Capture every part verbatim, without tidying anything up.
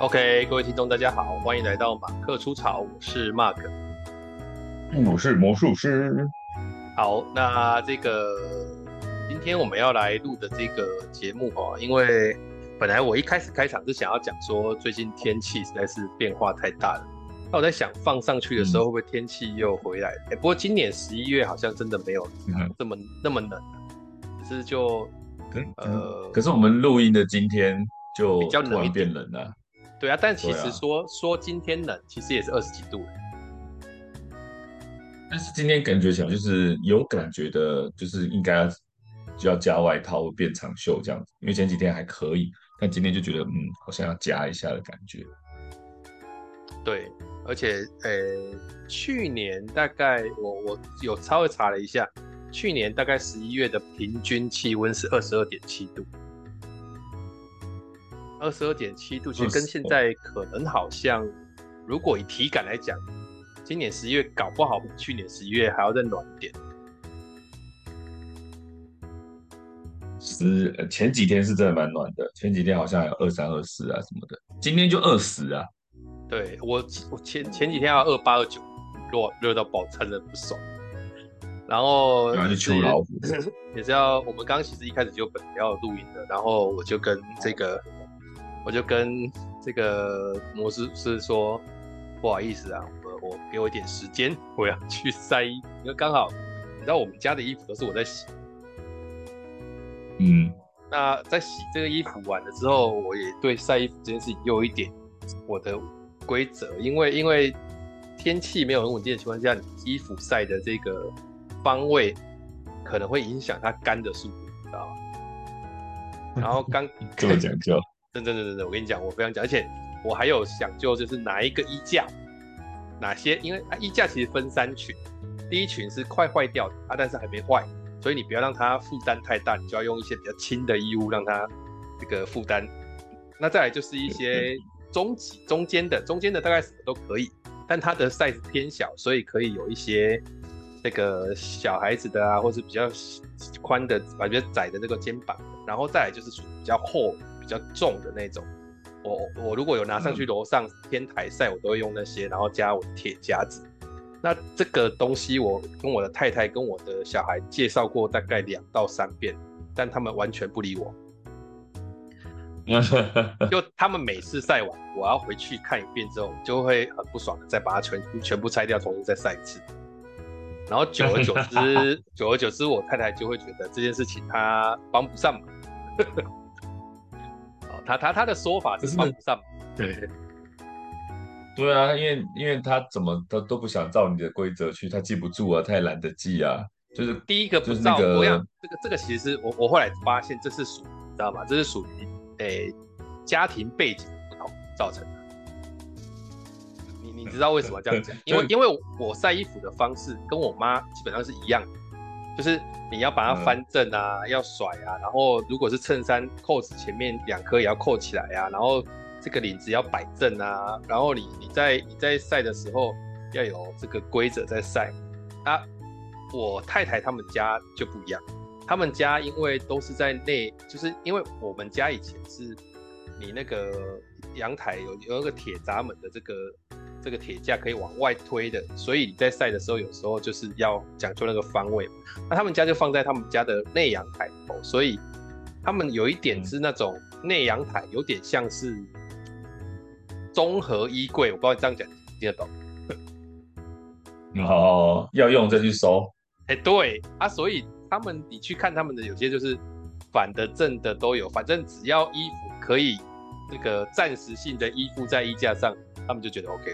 OK，各位听众，大家好，欢迎来到马克出草，我是 Mark。 我是魔术师。 好，那这个今天我们要来录的这个节目哦，因为本来我一开始开场是想要讲说最近天气实在是变化太大了，那我在想放上去的时候嗯会不会天气又回来了？哎，不过今年十一月好像真的没有嗯， 这么那么冷了，只是就可可呃可是我们录音的今天比就突然较冷一点。 变冷了。 对啊，但其对啊， 实说说今天冷，其实也是二十几度。 但是今天感觉起来就是有感觉的，就是应该就要加外套变长袖这样子，因为前几天还可以，但今天就觉得嗯，好像要加一下的感觉。 对，而且呃，去年大概我我有稍微查了一下，去年大概十一月的平均气温是二十二点七度，二十二点七度，其实跟现二十哦， 在可能好像，如果以体感来讲，今年十一月搞不好比去年十一月还要再暖一点。 十呃前几天是真的蛮暖的，前几天好像还有二三二四啊什么的，今天就二十啊。 对，我我前前几天要二八二九，热热到爆，真的不爽。然后然后就秋也是老虎。 也是要我们刚刚其实一开始就本来要录影的，然后我就跟这个我就跟这个魔术师说，不好意思啊，我我给我一点时间，我要去晒衣服，因为刚好你知道我们家的衣服都是我在洗， 嗯， 那在洗这个衣服完了之后，我也对晒衣服这件事情又有一点我的规则，因为因为天气没有很稳定的情况下，你衣服晒的这个方位可能会影响它干的速度，你知道吗？然后刚这么讲究。 真真真真的，我跟你讲，我非常讲，而且我还有讲究，就是哪一个衣架，哪些，因为衣架其实分三群，第一群是快坏掉的啊，但是还没坏，所以你不要让它负担太大，你就要用一些比较轻的衣物让它这个负担。那再来就是一些中级、中间的，中间的大概什么都可以，但它的 size 偏小，所以可以有一些这个小孩子的啊，或是比较宽的、比较窄的这个肩膀，然后再来就是属于比较厚、比较重的那种。我我如果有拿上去嗯楼上天台晒，我都会用那些，然后加我的铁夹子。那这个东西我跟我的太太跟我的小孩介绍过大概两到三遍，但他们完全不理我。就他们每次晒完，我要回去看一遍之后，就会很不爽的再把它全全部拆掉，重新再晒一次。然后久而久之，久而久之，我太太就会觉得这件事情她帮不上忙。哦，她她她的说法可是是帮不上忙。对对啊，因为因为他怎么他都不想照你的规则去，他记不住啊，他也懒得记啊，就是第一个不就是那照，我个。 想这个这个其实是我我后来发现这是属你知道吗？这是属于诶家庭背景的不同造成的。你你知道为什么这样讲？因为就因为我晒衣服的方式跟我妈基本上是一样的，就是你要把它嗯翻正啊，要甩啊，然后如果是衬衫扣子前面两颗也要扣起来啊，然后这个领子要摆正啊，然后你你在你在晒的时候要有这个规则在晒啊。我太太他们家就不一样，他们家因为都是在内，就是因为我们家以前是你那个阳台有有那个铁闸门的这个这个铁架可以往外推的，所以你在晒的时候有时候就是要讲究那个方位。那他们家就放在他们家的内阳台头，所以他们有一点嗯， 是那种内阳台，有点像是综合衣柜，我不知道这样讲听得懂。 然后要用再去收。 哎，对啊，所以他们你去看他们的有些就是反的正的都有，反正只要衣服可以这个暂时性的依附在衣架上，他们就觉得 OK 了。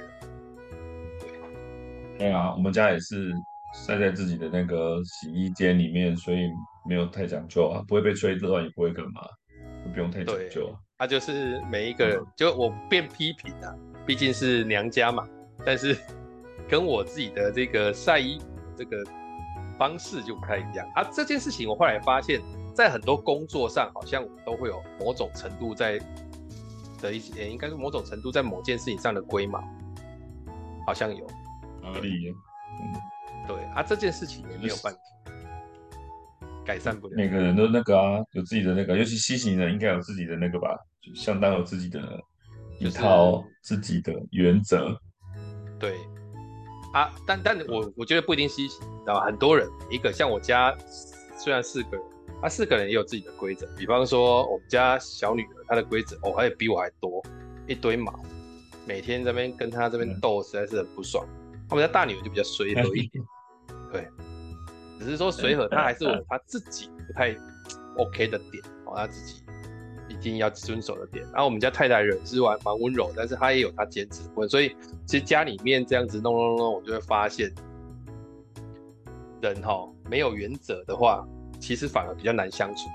对啊，我们家也是晒在自己的那个洗衣间里面，所以没有太讲究啊，不会被吹乱，也不会干嘛，就不用太讲对， 究啊。 他就是每一个人， 嗯， 就我变批评啊，毕竟是娘家嘛，但是跟我自己的这个晒衣服这个方式就不太一样啊。这件事情我后来发现，在很多工作上好像都会有某种程度在的一些，应该是某种程度在某件事情上的龟毛，好像有。 合理。嗯， 对啊，这件事情也没就是有办法改善不了。 每个人都那个啊，有自己的那个，尤其西行人应该有自己的那个吧，就相当有自己的。 就一是套自己的原则。 对啊，但但我我觉得不一定稀奇，你知道吗？很多人一个像我家虽然四个人，啊四个人也有自己的规则，比方说我们家小女儿她的规则哦，还比我还多，一堆毛，每天这边跟她这边嗯， 斗，实在是很不爽。我们家大女儿就比较随和一点，对，只是说随和她还是有她自己不太 OK 的点哦，她自己一定要遵守的点。然后我们家太太人是蛮蛮温柔，但是她也有她坚持的部分，所以其实家里面这样子弄弄弄，我就会发现人哈、哦、没有原则的话，其实反而比较难相处。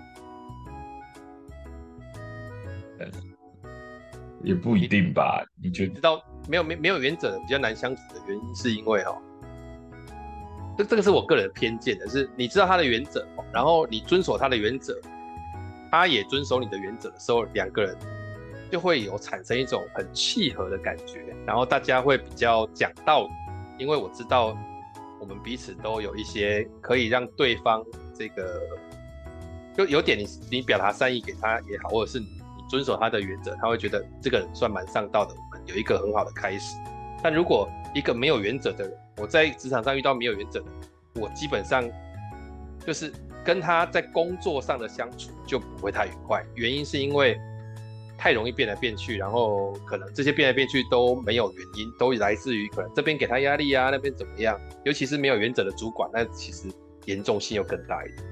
也不一你定吧？你觉得？ 你知道没有没没有原则的比较难相处的原因，是因为哈、哦，这这个是我个人的偏见的，是你知道他的原则，然后你遵守他的原则，他也遵守你的原则的时候，两个人就会有产生一种很契合的感觉，然后大家会比较讲道理，因为我知道我们彼此都有一些可以让对方这个就有点你你表达善意给他也好，或者是你你遵守他的原则，他会觉得这个人算蛮上道的，我们有一个很好的开始。但如果一个没有原则的人，我在职场上遇到没有原则的人，我基本上就是跟他在工作上的相处就不会太愉快。原因是因为太容易变来变去，然后可能这些变来变去都没有原因，都来自于可能这边给他压力啊，那边怎么样。尤其是没有原则的主管，那其实严重性又更大一点。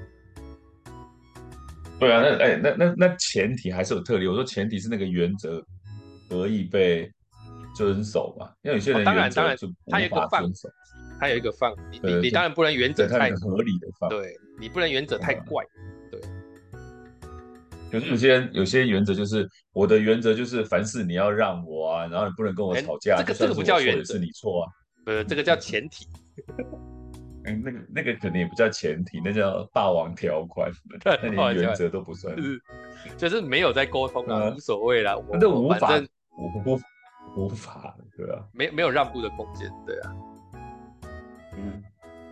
对啊，那哎，那那那前提还是有特例。我说前提是那个原则可以被遵守嘛，因为有些哦， 人当然当然， 原则就它无有一个范围， 法遵守。 它有一个范围，你你对，就你当然不能原则对它有一太， 个合理的范围。 对你不能原则太嗯， 怪，对， 可是有些有些原则就是我的原则就是凡事你要让我啊，然后你不能跟我哎， 吵架，就算这个这个不是我错也叫原则， 是你错啊。 不是这个叫前提， 嗯，那个那个可能也不叫前提，那叫霸王条款， 开那连原玩笑， 则都不算。 就是就是没有在沟通啊， 呃， 无所谓啦，我那我无法反正无无法，对吧？ 没没有让步的空间，对啊。 嗯，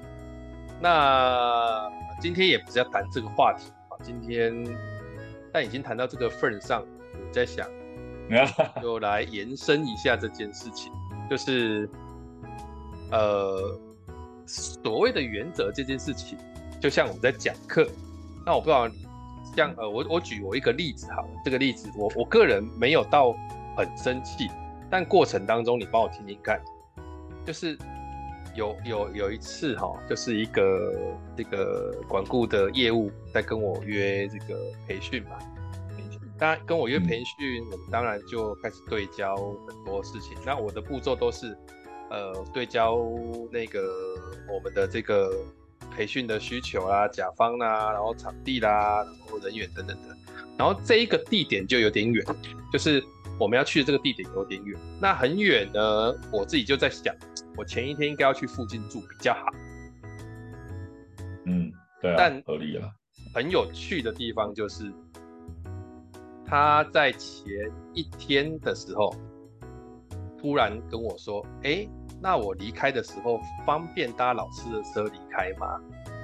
那今天也不是要谈这个话题啊，今天但已经谈到这个份上，我在想就来延伸一下这件事情，就是呃所谓的原则这件事情，就像我们在讲课，那我不知道你像呃我我举我一个例子好了，这个例子我我个人没有到很生气，但过程当中你帮我听听看，就是有有有一次哈、哦，就是一个这个管顾的业务在跟我约这个培训嘛，当然跟我约嗯培训，我们当然就开始对焦很多事情。那我的步骤都是，呃，对焦那个我们的这个培训的需求啦、甲方啦，然后场地啦，然后人员等等的。然后这一个地点就有点远，就是我们要去的这个地点有点远。那很远呢，我自己就在想，我前一天应该要去附近住比较好。 嗯，对啊， 但合理啊。 很有趣的地方就是，他在前一天的时候，突然跟我说：“哎，那我离开的时候方便搭老师的车离开吗？”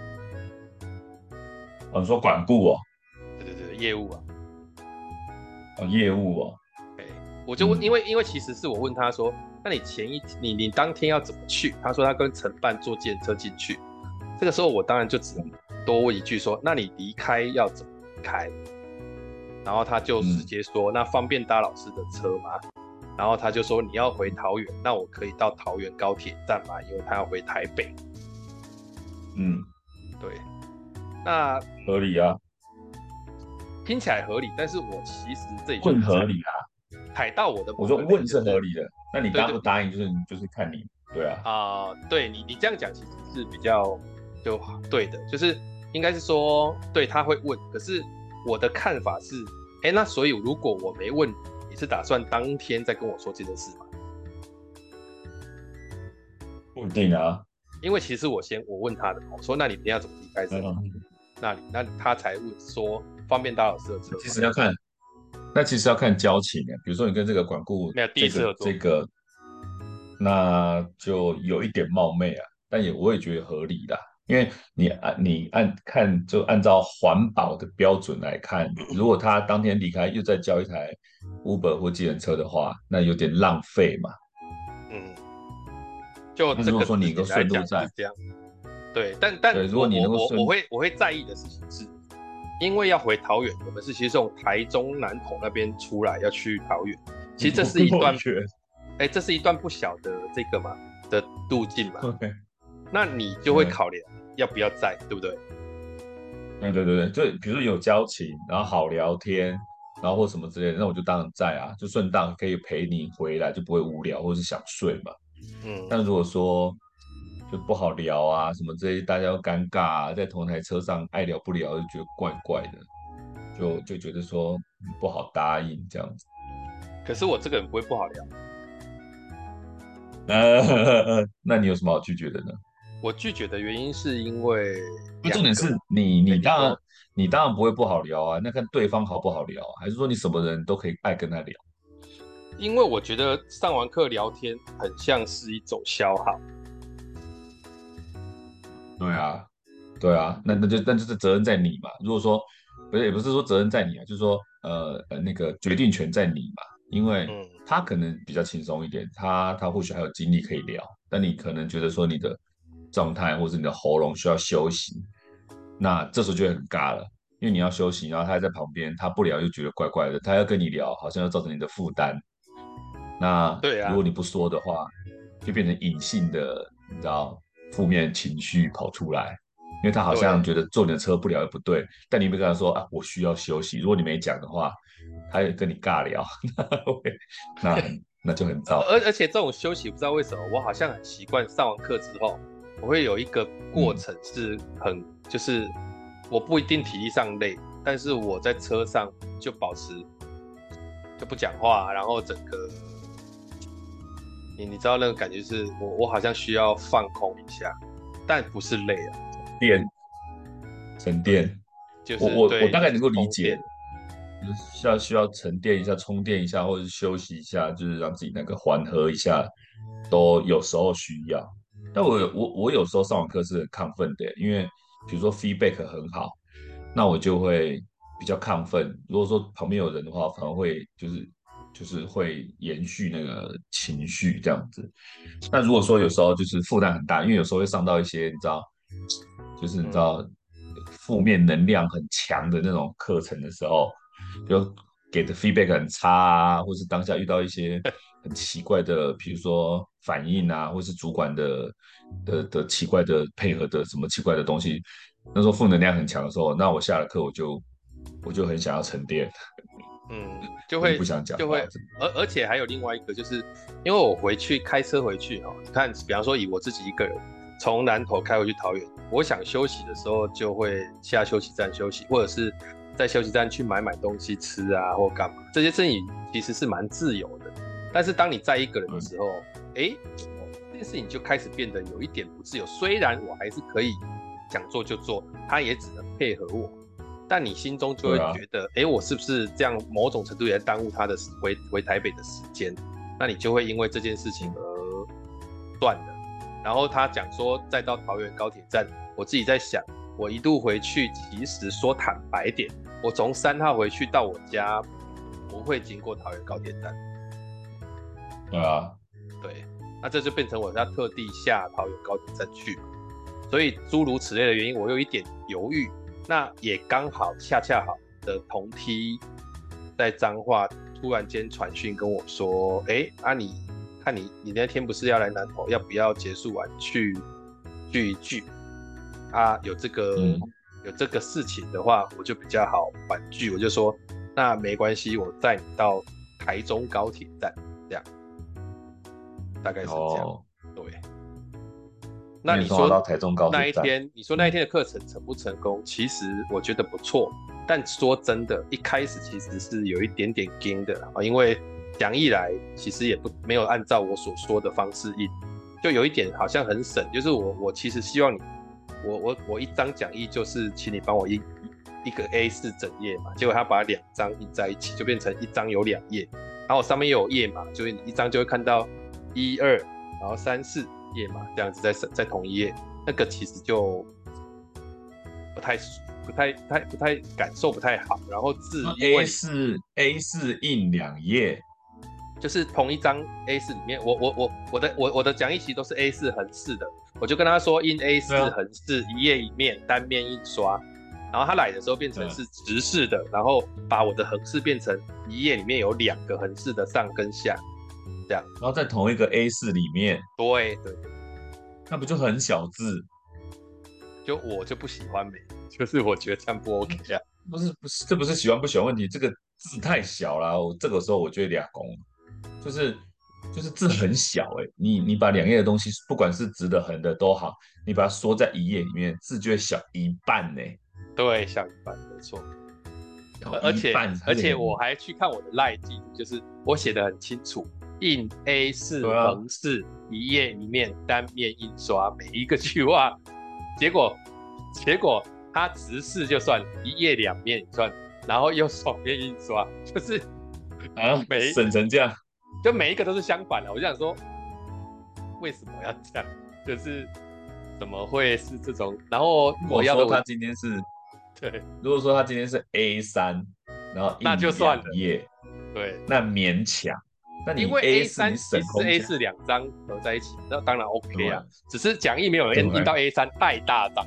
哦，你说管顾哦， 对对对，业务啊， 哦，业务哦， 我就问，因嗯为因为其实是我问他说：“那你前一你你当天要怎么去？”他说他跟承办坐电车进去。这个时候我当然就只能多问一句说：“那你离开要怎么离开？”然后他就直嗯接说：“那方便搭老师的车吗？”然后他就说：“你要回桃园，那我可以到桃园高铁站吗？因为他要回台北。” 嗯， 对，那合理啊， 听起来合理，但是我其实这里就问合踩理啊。 踩到我的我某个雷， 说问就是是合理的，那你答对对不答应就是就是看你，对啊， 啊、呃对你你这样讲其实是比较就对的，就是应该是说对他会问，可是我的看法是，哎，那所以如果我没问，你是打算当天再跟我说这件事吗？ 不一定啊。 因为其实我先我问他的，我说那你明天要怎么离开这里？ 嗯， 那里那他才问说方便搭老师的车吗？ 其实要看，那其实要看交情啊。比如说你跟这个管顾没有，第一这个次合作。 这个，那就有一点冒昧啊，但也我也觉得合理啦。因为你按你按看就按照环保的标准来看，如果他当天离开又再交一台 Uber 或计程车的话，那有点浪费嘛。 嗯，就这个那如果说你事情来能够顺路在， 讲是这样。对，但但对，如果你我我能够顺， 我我会我会在意的事情是，因为要回桃园，我们是其实从台中南投那边出来要去桃园，其实这是一我段， 觉哎，这是一段不小的这个嘛的路径嘛， 得，对， 那你就会嗯， 考量要不要在，对不对？ 对对对对，就比如说有交情，然后好聊天，然后或什么之类的，那我就当然在啊，就顺道可以陪你回来，就不会无聊或是想睡嘛。 嗯， 但如果说就不好聊啊，什么这些大家又尴尬啊，在同台车上爱聊不聊，就觉得怪怪的，就就觉得说嗯不好答应这样子。 可是我这个人不会不好聊， 呃，那你有什么好拒绝的呢？ 我拒绝的原因是因为那重点是两个， 你， 哎， 你当然你说。 你当然不会不好聊啊，那看对方好不好聊啊，还是说你什么人都可以爱跟他聊？ 因为我觉得上完课聊天很像是一种消耗。 对啊，对啊，那那就那就是责任在你嘛。如果说不是也不是说责任在你啊，就是说呃呃那个决定权在你嘛，因为嗯， 他可能比较轻松一点，他他或许还有精力可以聊，但你可能觉得说你的状态或者你的喉咙需要休息，那这时候就会很尬了，因为你要休息，然后他还在旁边，他不聊又觉得怪怪的，他要跟你聊，好像要造成你的负担。那对啊， 如果你不说的话，就变成隐性的，你知道负面情绪跑出来，因为他好像对， 觉得坐你的车不聊也不对，但你没跟他说啊，我需要休息。如果你没讲的话，他也跟你尬聊，那会那很那就很糟。 而而且这种休息不知道为什么，我好像很习惯上完课之后，我会有一个过嗯， 程是很，就是我不一定体力上累，但是我在车上就保持就不讲话，然后整个你你知道那个感觉是我我好像需要放空一下，但不是累啊， 电沉对， 淀，我就是我我对，就是大概能够理解， 充电， 就是需要需要沉淀一下、充电一下，或者是休息一下，就是让自己那个缓和一下，都有时候需要。但我有嗯我我有时候上完课是很亢奋的，因为比如说 feedback 很好，那我就会比较亢奋。如果说旁边有人的话，反而会就是就是会延续那个情绪这样子。那如果说有时候就是负担很大，因为有时候会上到一些你知道，就是你知嗯， 道负面能量很强的那种课程的时候，就给的 feedback 很差啊，或是当下遇到一些很奇怪的，比如说反应啊，或是主管的的的奇怪的配合的什么奇怪的东西，那时候负能量很强的时候，那我下了课我就我就很想要沉淀， 嗯，就我就不会想讲话， 就会，而而且还有另外一个，就是因为我回去开车回去哦，你看，比方说以我自己一个人从南投开回去桃园，我想休息的时候就会下休息站休息，或者是在休息站去买买东西吃啊，或干嘛，这些事情其实是蛮自由的。但是当你在一个人的嗯， 时候，哎，这件事情就开始变得有一点不自由。虽然我还是可以想做就做，他也只能配合我。但你心中就会对啊， 觉得，哎，我是不是这样某种程度也在耽误他的回回台北的时间？那你就会因为这件事情而断了。然后他讲说，再到桃园高铁站，我自己在想，我一路回去，其实说坦白点，我从三号回去到我家，不会经过桃园高铁站， 对啊， 对，那这就变成我要特地下桃园高铁站去嘛。所以诸如此类的原因，我有一点犹豫。那也刚好恰恰好的同梯在彰化突然间传讯跟我说，哎，啊你看你你那天不是要来南投，要不要结束完去聚一聚？啊，有这个嗯， 有这个事情的话，我就比较好婉拒，我就说那没关系，我载你到台中高铁站，这样大概是这样， 哦， 对。 因为那你说从华到台中高铁站， 那一天，你说那一嗯， 天的课程成不成功？其实我觉得不错，但说真的，一开始其实是有一点点惊的啊，因为讲义来其实也不没有按照我所说的方式印，就有一点好像很省，就是我我其实希望你，我我我一张讲义就是请你帮我印一个 A 四 整页嘛，结果他把两张印在一起，就变成一张有两页，然后上面又有页码，就是你一张就会看到一二，然后三四。页嘛，这样子在在同一页，那个其实就不太不太不太不太感受不太好，然后字因为 A 四 A 四印两页， 就是同一张 A 四里面，我我我我的我我的讲义其实都是 A 四横式的，我就跟他说印 A 四横式一页一面单面印刷，然后他来的时候变成是直式的，然后把我的横式变成一页里面有两个横式的上跟下，这样。 然后在同一个 A 四里面， 对对， 那不就很小字？ 就我就不喜欢美，就是我觉得这样不 OK 啊。 不是不是，这不是喜欢不喜欢问题，这个字太小了，我这个时候我就会俩公，就是就是字很小哎、欸，你你把两页的东西，不管是直的横的都好，你把它缩在一页里面，字就会小一半呢、欸， 对，像一般没错。而且一半而且我还去看我的赖记录，就是我写的很清楚，印 A 四横式一页一面单面印刷每一个句话，结果结果它直式就算一页两面也算，然后又双面印刷，就是啊每省成这样， 就每一个都是相反的。我就想说，为什么要这样？就是怎么会是这种？然后我要的如果说他今天是对， 如果说他今天是 A 三，然后那就算了页， 对， 那勉强。那你因为 A A 四你三其实是 A 省空间， 四两张合在一起，那当然 OK 啊。 对只是讲义没有人印到 A 三太大张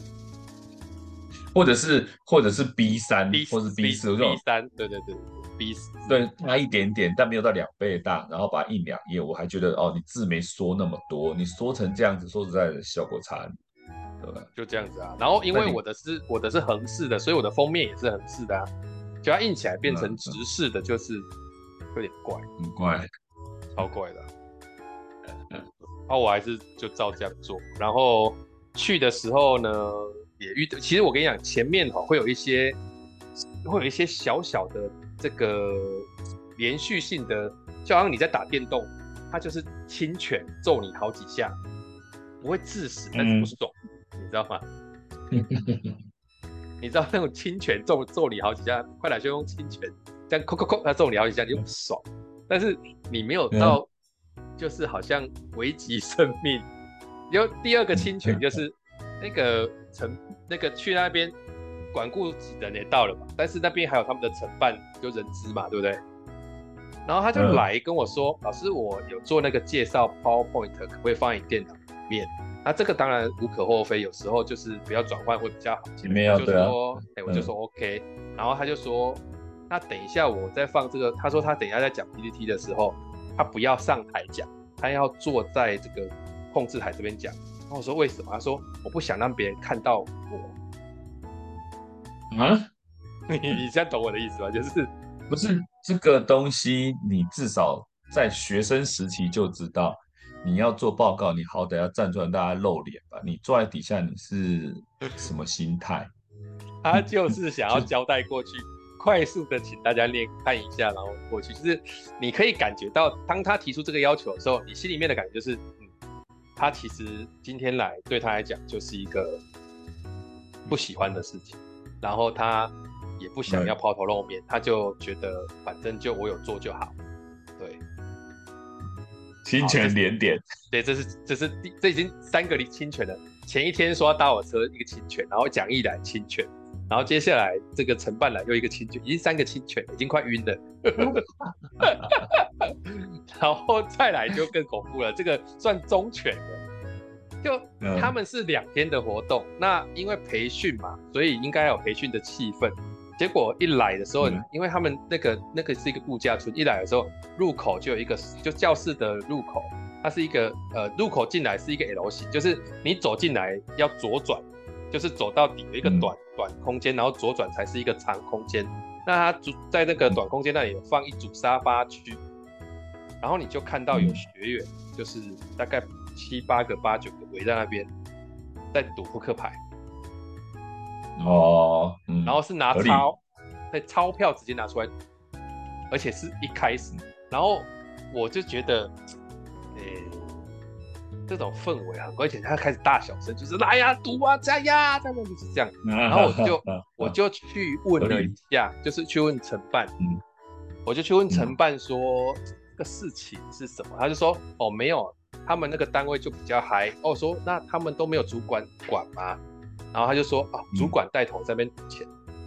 或者是或者是 B 三 ，B 或是 B 四这 B 种， 三，对对对 B 四， 对，大一点点，但没有到两倍大，然后把它印两页，我还觉得哦，你字没缩那么多，你缩成这样子，说实在的，效果差很多，对吧？ 就这样子啊。然后因为我的是我的是横式的，所以我的封面也是横式的啊，就它印起来变成直式的，就是有点怪， 很怪， 超怪的啊。然后我还是就照这样做，然后去的时候呢，也遇到，其实我跟你讲，前面哈会有一些会有一些小小的这个连续性的，就好像你在打电动，它就是轻拳揍你好几下，不会致死，但是不爽，嗯、你知道吗？你知道那种轻拳揍揍你好几下，快打旋风轻拳这样扣扣扣，他揍你好几下你就不爽，但是你没有到。就是好像危及生命。有第二个侵权就是那个承那个去那边管顾人也到了嘛，但是那边还有他们的承办就人资嘛，对不对？然后他就来跟我说，嗯、老师我有做那个介绍 PowerPoint， 可不可以放你电脑里面？那这个当然无可厚非，有时候就是不要转换会比较好。 前面要就说，哎、啊欸，我就说 OK，、嗯、然后他就说，那等一下我再放这个，他说他等一下在讲 P P T 的时候。他不要上台讲，他要坐在这个控制台这边讲。然后我说为什么？他说我不想让别人看到我。啊？你你现在懂我的意思吗？就是不是这个东西，你至少在学生时期就知道，你要做报告，你好歹要站出来，大家露脸吧。你坐在底下，你是什么心态？ 他就是想要交代过去。快速的请大家念看一下，然后过去，就是你可以感觉到，当他提出这个要求的时候，你心里面的感觉就是，嗯，他其实今天来对他来讲就是一个不喜欢的事情，然后他也不想要抛头露面，他就觉得反正就我有做就好，对， 侵权连点， 对，这是这是第这已经三个侵权了，前一天说要搭我车一个侵权，然后讲义来侵权。然后接下来这个承办来又一个侵权，已经三个侵权，已经快晕了。然后再来就更恐怖了，这个算中权了。就他们是两天的活动，嗯、那因为培训嘛，所以应该有培训的气氛。结果一来的时候，嗯、因为他们那个那个是一个度假村，一来的时候入口就有一个，就教室的入口，它是一个呃入口进来是一个 L 型，就是你走进来要左转。就是走到底有一个短、嗯、短空间，然后左转才是一个长空间。那它在那个短空间那里有放一组沙发区，然后你就看到有学员，嗯、就是大概七八个、八九个围在那边，在赌扑克牌。 哦，嗯、 然后是拿钞，在钞票直接拿出来，而且是一开始，然后我就觉得，诶。这种氛围很怪，而且他开始大小声，就是来呀赌啊加呀，这样就是这样。然后我就我就去问了一下，就是去问承办，嗯、我就去问承办说、嗯、这个事情是什么，他就说哦没有，他们那个单位就比较嗨。哦，说那他们都没有主管管吗？ 然后他就说啊，主嗯， 管带头在那边赌钱，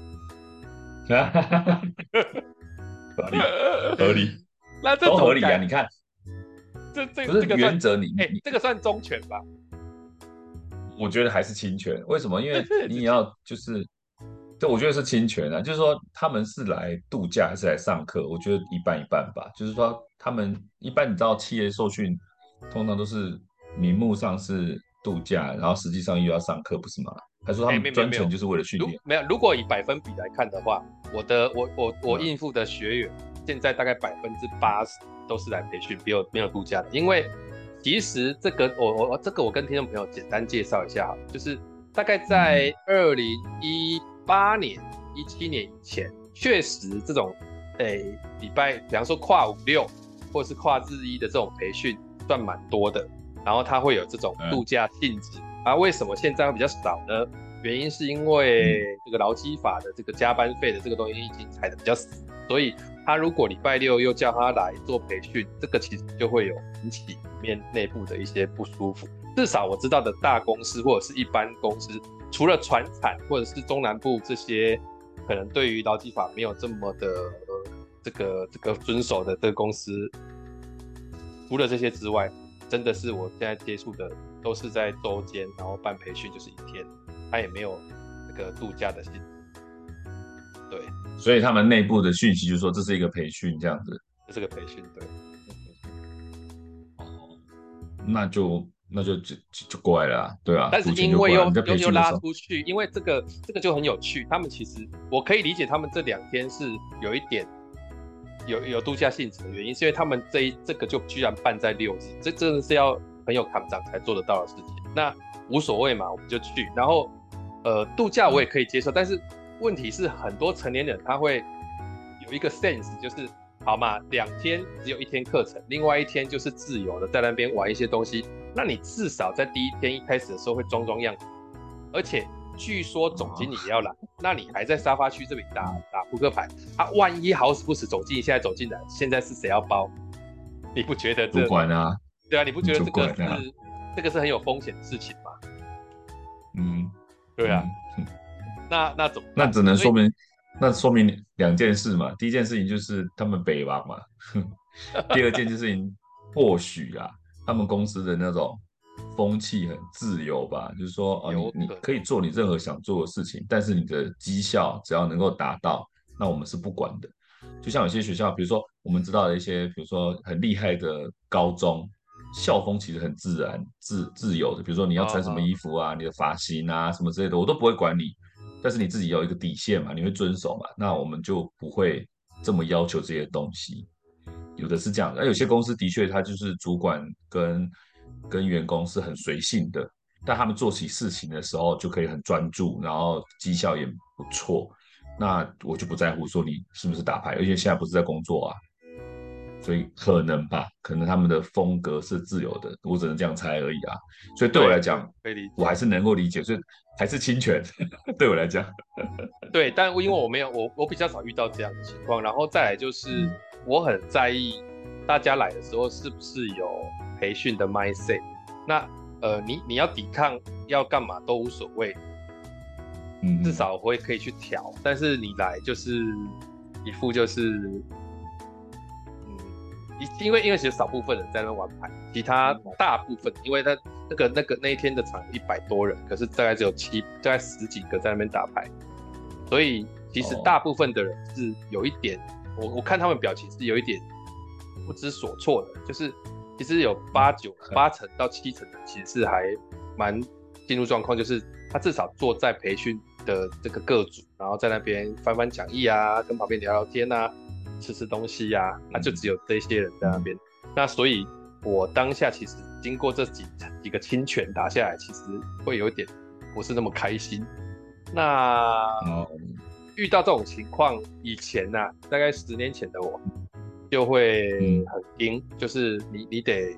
合理合理那这都合理啊！ 种感， 你看， 这这不是这个算， 原则你，你哎、 你， 这个算忠犬吧？ 我觉得还是侵权。为什么？因为这这你也要就是，这我觉得是侵权啊。就是说他们是来度假还是来上课？我觉得一半一半吧。就是说他们一般你知道企业受训通常都是名目上是度假，然后实际上又要上课，不是吗？还说他哎， 们没有没有没有， 专程就是为了训练？ 如没有，如果以百分比来看的话，我的我我我嗯应付的学员，现在大概百分之八十都是来培训，没有没有度假的。因为其实这个我我这个我跟听众朋友简单介绍一下好了，就是大概在嗯二零一八年、一七年以前，确实这种诶礼拜，比方说跨五六或者是跨日一的这种培训算蛮多的，然后它会有这种度嗯假性质。啊，为什么现在会比较少呢？原因是因为嗯这个劳基法的这个加班费的这个东西已经踩得比较死，所以他如果礼拜六又叫他来做培训，这个其实就会有引起里面内部的一些不舒服。至少我知道的大公司或者是一般公司，除了传产或者是中南部这些可能对于劳基法没有这么的、呃、这个这个遵守的这个公司，除了这些之外，真的是我现在接触的都是在周间，然后办培训就是一天，他也没有这个度假的性质。对， 所以他们内部的讯息就是说这是一个培训这样子。 这是个培训，对。 哦，那就那就就就就怪了啊，对啊， 但是赌钱因为又就怪了。你在又又拉培训的时候， 出去，因为这个这个就很有趣。他们其实我可以理解，他们这两天是有一点有有度假性质的原因，是因为他们这一这个就居然办在六日，这真的是要很有扛长才做得到的事情。那无所谓嘛，我们就去。然后呃，度假我也可以接受，但是问题是很多成年人他会有一个 sense，就是好嘛，两天只有一天课程，另外一天就是自由的在那边玩一些东西。那你至少在第一天一开始的时候会装装样子，而且据说总经理也要来，那你还在沙发区这里打打扑克牌，啊，万一好死不死总经理现在走进来，现在是谁要包？你不觉得主这？ 管啊， 对啊，你不觉得主这个管啊， 是这个是很有风险的事情吗？ 嗯对啊， 嗯， 那那怎么办？ 那只能所以说明，那说明两件事嘛。第一件事情就是他们北王嘛，第二件事情或许啊，他们公司的那种风气很自由吧，就是说哦，你你有可能可以做你任何想做的事情，但是你的绩效只要能够达到，那我们是不管的。就像有些学校，比如说我们知道的一些，比如说很厉害的高中，校风其实很自然、自自由的。比如说你要穿什么啊， 衣服啊，你的发型啊什么之类的，我都不会管你。但是你自己有一个底线嘛，你会遵守嘛，那我们就不会这么要求这些东西。有的是这样的，而有些公司的确，他就是主管跟跟员工是很随性的，但他们做起事情的时候就可以很专注，然后绩效也不错。那我就不在乎说你是不是打牌，而且现在不是在工作啊，所以可能吧，可能他们的风格是自由的，我只能这样猜而已啊。所以对我来对对， 讲， 可以理解。 我还是能够理解，所以还是侵权，对我来讲。 对，但因为我没有我我比较少遇到这样的情况，然后再来就是嗯我很在意大家来的时候是不是有培训的 mindset。那呃，你你要抵抗要干嘛都无所谓，至嗯嗯少我会可以去调。但是你来就是一副就是嗯，因为因为其实少部分人在那玩牌，其他大部分因为他那个那个那一天的场一百多人，可是大概只有七大概十几个在那边打牌。所以其实哦大部分的人是有一点，我我看他们表情是有一点不知所措的，就是其实有八九八成到七成的其实是还蛮进入状况，就是他至少坐在培训的这个各组，然后在那边翻翻讲义啊，跟旁边聊聊天啊，吃吃东西呀、啊，那、就只有这些人在那边。那所以我当下其实经过这几几个侵权打下来，其实会有一点不是那么开心。那哦遇到这种情况，以前呐、啊，大概十年前的我就会嗯很硬，就是你你得，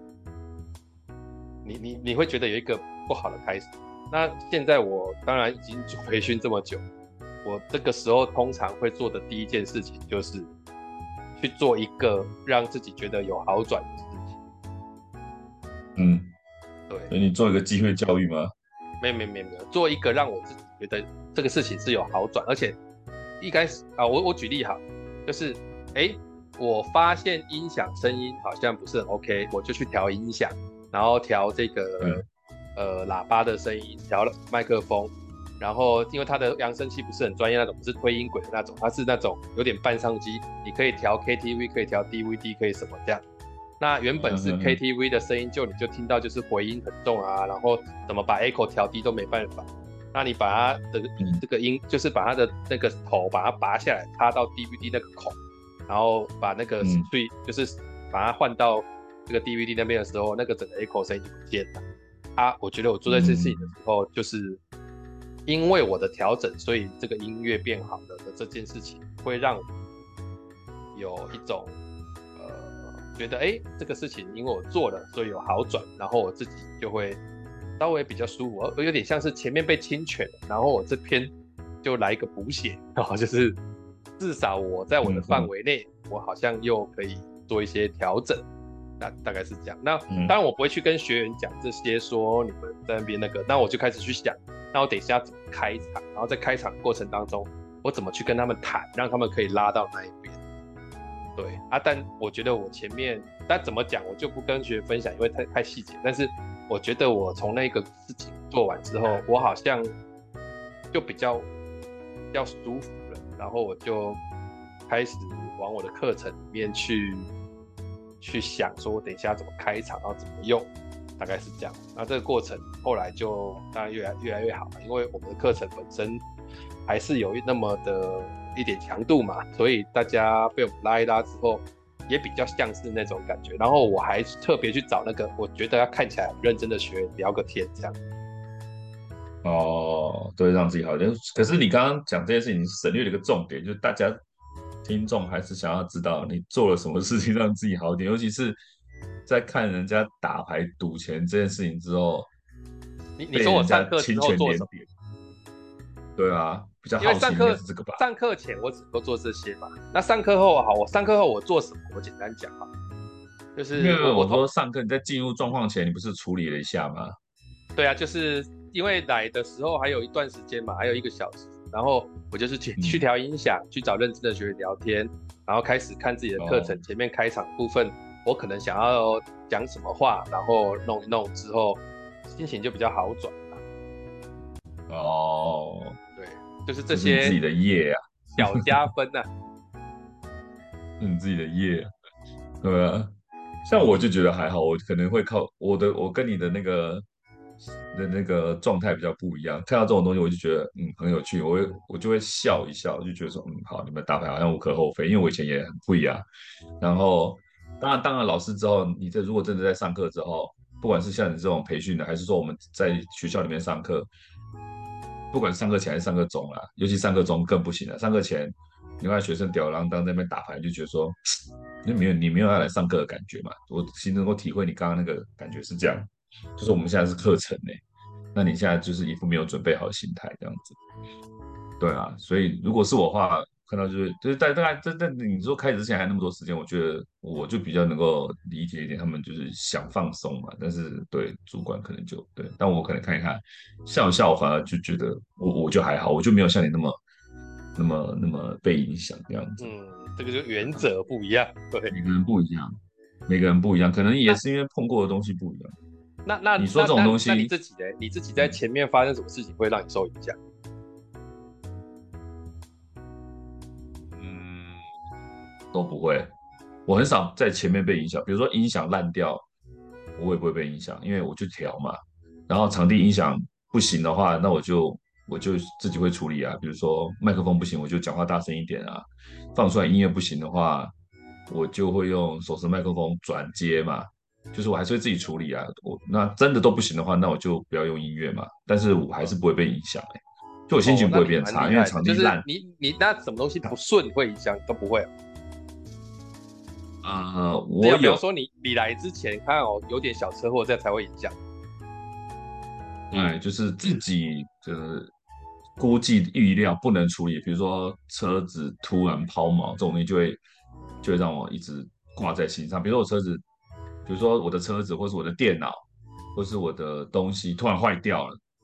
你你你会觉得有一个不好的开始。那现在我当然已经做培训这么久，我这个时候通常会做的第一件事情就是去做一个让自己觉得有好转的事情。 嗯， 对， 所以你做一个机会教育吗？ 没有没有没有没有，做一个让我自己觉得这个事情是有好转，而且一开始啊，我我举例好，就是哎、欸，我发现音响声音好像不是很 OK， 我就去调音响，然后调这个、嗯、呃喇叭的声音，调麦克风，然后因为它的扬声器不是很专业那种，不是推音轨的那种，它是那种有点半上机，你可以调 K T V， 可以调 D V D， 可以什么这样。那原本是 K T V 的声音，就你就听到就是回音很重啊，然后怎么把 echo 调低都没办法。那你把它的这个音，就是把它的那个头把它拔下来，插到 D V D 那个孔，然后把那个 switch、嗯、就是把它换到这个 D V D 那边的时候，那个整个 echo 声音就不见了。啊，我觉得我做这件事情的时候，就是因为我的调整，所以这个音乐变好了的这件事情，会让我有一种。觉得哎、欸，这个事情因为我做了，所以有好转，然后我自己就会稍微比较舒服，而有点像是前面被侵权了，然后我这边就来一个补血，然后就是至少我在我的范围内，我好像又可以做一些调整，那大概是这样。那当然我不会去跟学员讲这些，说你们在那边那个，那我就开始去想，那我等一下怎么开场，然后在开场过程当中，我怎么去跟他们谈，让他们可以拉到那一边。对啊，但我觉得我前面，但怎么讲，我就不跟学员分享，因为太太细节。但是我觉得我从那个事情做完之后，我好像就比较比较舒服了，然后我就开始往我的课程里面去去想，说我等一下怎么开场，然后怎么用，大概是这样。那这个过程后来就当然越来越来越好了，因为我们的课程本身还是有那么的。一点强度嘛，所以大家被我们拉一拉之后，也比较像是那种感觉。然后我还特别去找那个我觉得要看起来很认真的学员聊个天，这样。 哦，对，让自己好一点。可是你刚刚讲这件事情，省略了一个重点，就是大家听众还是想要知道你做了什么事情让自己好一点，尤其是在看人家打牌赌钱这件事情之后， 你你说我上课之后做什么？ 对啊，比较好奇应该是这个吧。 上课前我只能够做这些嘛。那上课后好，我上课后我做什么？我简单讲哈，就是因为我说上课你在进入状况前，你不是处理了一下吗？ 对啊，就是因为来的时候还有一段时间嘛，还有一个小时，然后我就是去、嗯、去调音响，去找认真的学员聊天，然后开始看自己的课程、哦、前面开场部分，我可能想要讲什么话，然后弄一弄之后，心情就比较好转了。 哦。 就是这些自己的业啊， 小加分啊， 是你自己的业啊，对啊。像我就觉得还好，我可能会靠我的，我跟你的那个的那个状态比较不一样。看到这种东西，我就觉得嗯很有趣，我会我就会笑一笑，就觉得说嗯好，你们打牌好像无可厚非，因为我以前也很会啊。然后当然当然老师之后，你这如果真的在上课之后，不管是像你这种培训的，还是说我们在学校里面上课。不管上课前还是上课中啦，尤其上课中更不行了。上课前，你看学生吊儿郎当在那边打牌，就觉得说，你没有你没有要来上课的感觉嘛。我其实能够体会你刚刚那个感觉是这样，就是我们现在是课程呢，那你现在就是一副没有准备好的心态这样子。对啊，所以如果是我的话，看到就是就是大大概在在你说开始之前还那么多时间，我觉得我就比较能够理解一点，他们就是想放松嘛，但是对主管可能就对，但我可能看一看笑笑，我反而就觉得我我就还好，我就没有像你那么那么那么被影响这样子。 嗯，这个就原则不一样，对， 每个人不一样，每个人不一样，可能也是因为碰过的东西不一样。 那那你说这种东西， 那你自己呢？你自己在前面发生什么事情会让你受影响？ 都不会，我很少在前面被影响。比如说音响烂掉，我也不会被影响，因为我去调嘛。然后场地音响不行的话，那我就我就自己会处理啊。比如说麦克风不行，我就讲话大声一点啊。放出来音乐不行的话，我就会用手持麦克风转接嘛。就是我还是会自己处理啊。我那真的都不行的话，那我就不要用音乐嘛。但是我还是不会被影响哎、欸，就我心情不会变差， 哦、 因为场地烂。 就是你你那什么东西不顺会影响都不会、啊。 呃，我有， 比方说你你来之前看哦，有点小车祸，这样才会影响。 哎，就是自己的估计预料不能处理，比如说车子突然抛锚这种东西，就会就会让我一直挂在心上。比如说我车子，比如说我的车子，或是我的电脑，或是我的东西突然坏掉了，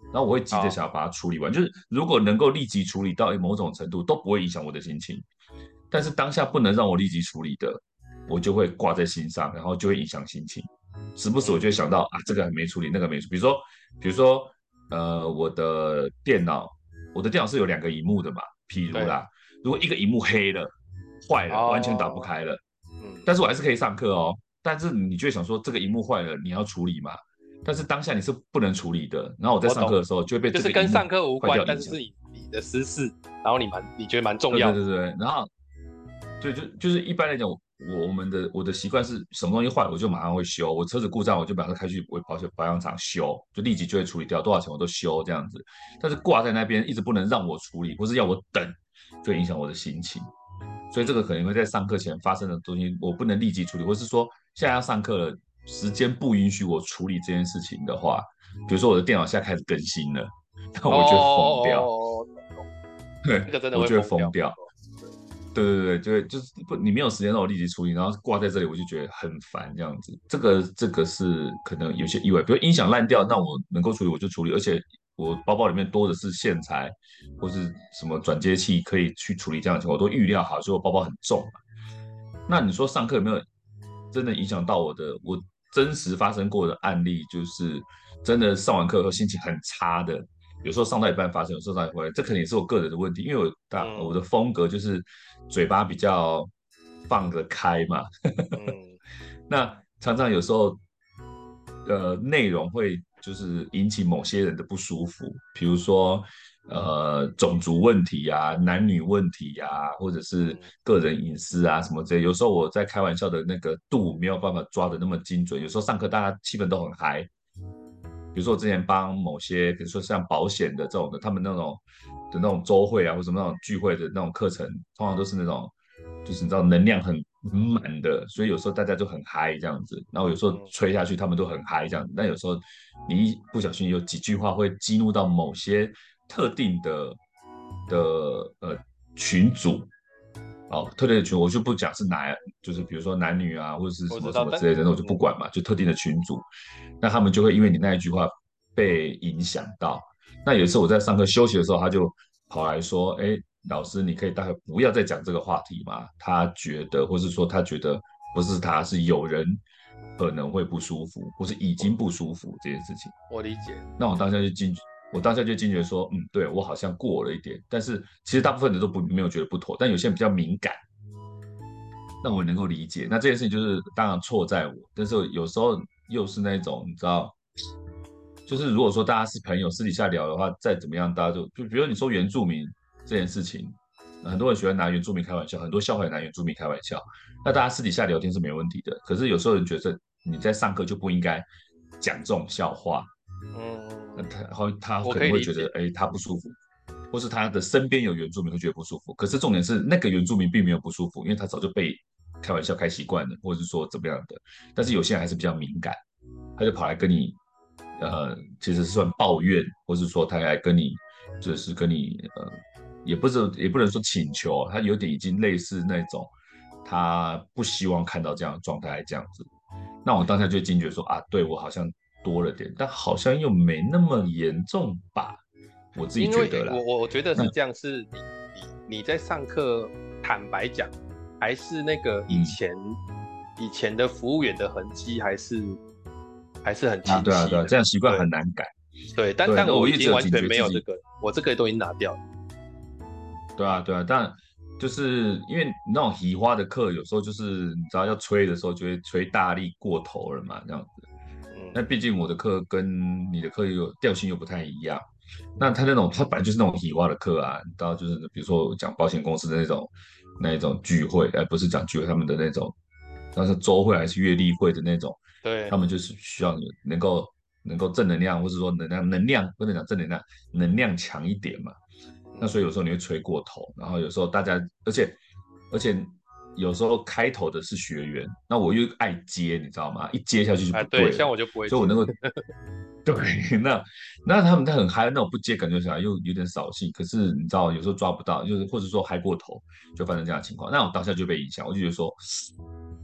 然后我会急着好， 想要把它处理完，就是如果能够立即处理到某种程度，都不会影响我的心情。但是当下不能让我立即处理的，我就会挂在心上，然后就会影响心情。时不时我就会嗯， 想到啊，这个还没处理，那个没处理。比如说，比如说，呃，我的电脑，我的电脑是有两个荧幕的嘛，譬如对， 啦，如果一个荧幕黑了、坏了，完全打不哦， 开了， 嗯， 但是我还是可以上课哦。但是你就会想说，这个荧幕坏了，你要处理嘛？但是当下你是不能处理的。然后我在我懂， 上课的时候就会被就是这个荧幕跟上课无关， 坏掉影响。 但是是你你的私事，然后你蛮你觉得蛮重要的， 对对对对，然后对，就就是一般来讲，我我们的我的习惯是什么东西坏了我就马上会修，我车子故障我就马上开去维保险保养厂修，就立即就会处理掉，多少钱我都修这样子。但是挂在那边一直不能让我处理，或是要我等，就会影响我的心情。所以这个可能会在上课前发生的东西，我不能立即处理，或是说现在要上课了，时间不允许我处理这件事情的话，比如说我的电脑现在开始更新了，那哦我就会疯掉， 哦哦，懂懂， 对， 这个真的我就会会疯掉， 疯掉。 没错，对， 对对对，就会就是不，你没有时间让我立即处理，然后挂在这里，我就觉得很烦这样子。这个这个是可能有些意外，比如音响烂掉，那我能够处理我就处理，而且我包包里面多的是线材或是什么转接器，可以去处理这样的情况，我都预料好，所以我包包很重嘛。那你说上课有没有真的影响到我的？我真实发生过的案例就是，真的上完课后心情很差的，有时候上到一半发生，有时候上到一半，这可能也是我个人的问题，因为我大我的嗯风格就是嘴巴比较放得开嘛， 嗯， 那常常有时候呃内容会就是引起某些人的不舒服，比如说呃种族问题呀、男女问题呀、或者是嗯个人隐私啊什么之类。有时候我在开玩笑的那个度没有办法抓的那么精准，有时候上课大家气氛都很嗨，比如说我之前帮某些，比如说像保险的这种的，他们那种的那种周会啊，或者那种聚会的那种课程，通常都是那种，就是你知道能量很很满的，所以有时候大家就很嗨这样子。然后有时候嗯吹下去，他们都很嗨这样子。但有时候你一不小心有几句话会激怒到某些特定的的呃群组，哦，特定的群我就不讲是哪，就是比如说男女啊，或者是什么什我知道，但么之类的，那我就不嗯管嘛，就特定的群组，那他们就会因为你那一句话被影响到。那有一次我在上课休息的时候，他就跑来说：“哎，老师，你可以大概不要再讲这个话题吗？他觉得，或是说他觉得不是他，是有人可能会不舒服，或是已经不舒服这件事情。” 我理解， 那我当下就惊，我当下就惊觉说，嗯，对我好像过了一点，但是其实大部分人都不没有觉得不妥，但有些人比较敏感，那我能够理解。那这件事情就是当然错在我，但是有时候又是那种你知道，就是如果说大家是朋友，私底下聊的话，再怎么样，大家就就比如你说原住民这件事情，很多人喜欢拿原住民开玩笑，很多笑话也拿原住民开玩笑，那大家私底下聊天是没问题的。可是有时候人觉得你在上课就不应该讲这种笑话，那嗯， 他会他我可能会觉得， 可以理解， 哎，他不舒服，或是他的身边有原住民会觉得不舒服。可是重点是那个原住民并没有不舒服，因为他早就被开玩笑开习惯了，或者是说怎么样的。但是有些人还是比较敏感，他就跑来跟你，呃，其实是算抱怨，或是说他来跟你，就是跟你，呃，也不是也不能说请求，他有点已经类似那种，他不希望看到这样的状态，这样子。那我当下就惊觉说啊，对我好像多了点，但好像又没那么严重吧，我自己因为觉得啦。 我我我觉得那是这样，是你你你在上课，坦白讲，还是那个以嗯前以前的服务员的痕迹，还是还是很啊，对啊对啊， 清晰的， 这样习惯很对难改。 对，但对， 但那我我已经完一直有警觉自己， 全没有这个，我这个都已经拿掉了， 对啊对啊，但就是因为那种移花的课，有时候就是你知道要吹的时候就会吹大力过头了嘛，这样子。那嗯毕竟我的课跟你的课又调性又不太一样，那他那种他本来就是那种移花的课啊，你知道就是比如说讲保险公司的那种那一种聚会，而、不是讲聚会，他们的那种，那是周会还是月例会的那种，他对， 们就是需要你能够能够正能量，或者说能量能量不能讲正能量，能量强一点嘛。那所以有时候你会吹过头，然后有时候大家，而且而且有时候开头的是学员，那我又爱接，你知道吗？一接下去就哎对， 不对了， 像我就不会接， 所以我能够对，那那他们他很嗨，那我不接感觉起来又有点扫兴。可是你知道，有时候抓不到，就是或者说嗨过头，就发生这样的情况。那我当下就被影响，我就觉得说，